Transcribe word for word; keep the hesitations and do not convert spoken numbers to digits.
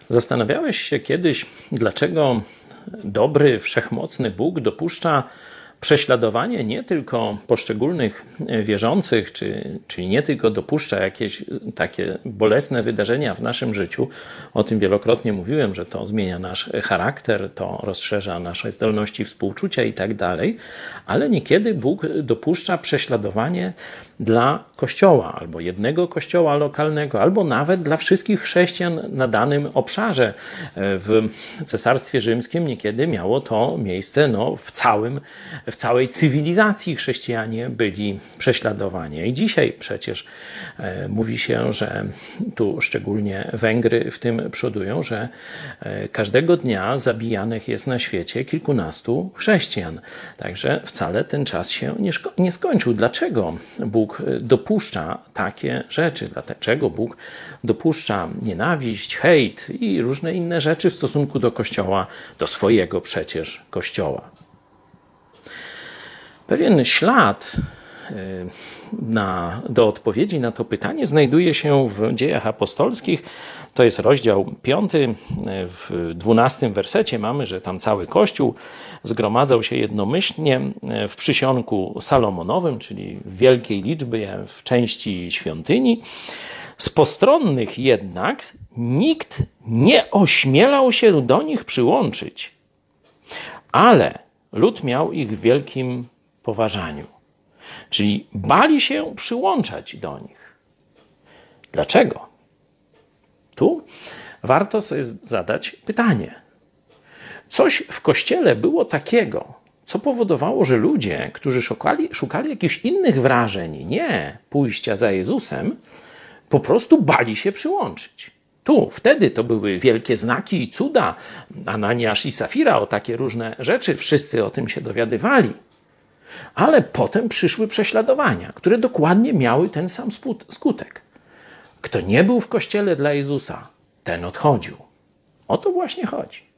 Zastanawiałeś się kiedyś, dlaczego dobry, wszechmocny Bóg dopuszcza prześladowanie nie tylko poszczególnych wierzących, czy, czyli nie tylko dopuszcza jakieś takie bolesne wydarzenia w naszym życiu. O tym wielokrotnie mówiłem, że to zmienia nasz charakter, to rozszerza nasze zdolności współczucia i tak dalej, ale niekiedy Bóg dopuszcza prześladowanie dla Kościoła, albo jednego kościoła lokalnego, albo nawet dla wszystkich chrześcijan na danym obszarze. W Cesarstwie Rzymskim niekiedy miało to miejsce no, w, całym, w całej cywilizacji chrześcijanie byli prześladowani. I dzisiaj przecież e, mówi się, że tu szczególnie Węgry w tym przodują, że e, każdego dnia zabijanych jest na świecie kilkunastu chrześcijan. Także wcale ten czas się nie, nie skończył. Dlaczego Bóg dopuszcza takie rzeczy? Dlaczego Bóg dopuszcza nienawiść, hejt i różne inne rzeczy w stosunku do Kościoła, do swojego przecież Kościoła? Pewien ślad na, do odpowiedzi na to pytanie znajduje się w Dziejach Apostolskich. To jest rozdział piąty. W dwunastym wersecie mamy, że tam cały Kościół zgromadzał się jednomyślnie w przysionku salomonowym, czyli w wielkiej liczbie w części świątyni. Z postronnych jednak nikt nie ośmielał się do nich przyłączyć, ale lud miał ich w wielkim poważaniu. Czyli bali się przyłączać do nich. Dlaczego? Tu warto sobie zadać pytanie. Coś w Kościele było takiego, co powodowało, że ludzie, którzy szukali, szukali jakichś innych wrażeń, nie pójścia za Jezusem, po prostu bali się przyłączyć. Tu, wtedy to były wielkie znaki i cuda. Ananiasz i Safira, o takie różne rzeczy, wszyscy o tym się dowiadywali. Ale potem przyszły prześladowania, które dokładnie miały ten sam skutek. Kto nie był w Kościele dla Jezusa, ten odchodził. O to właśnie chodzi.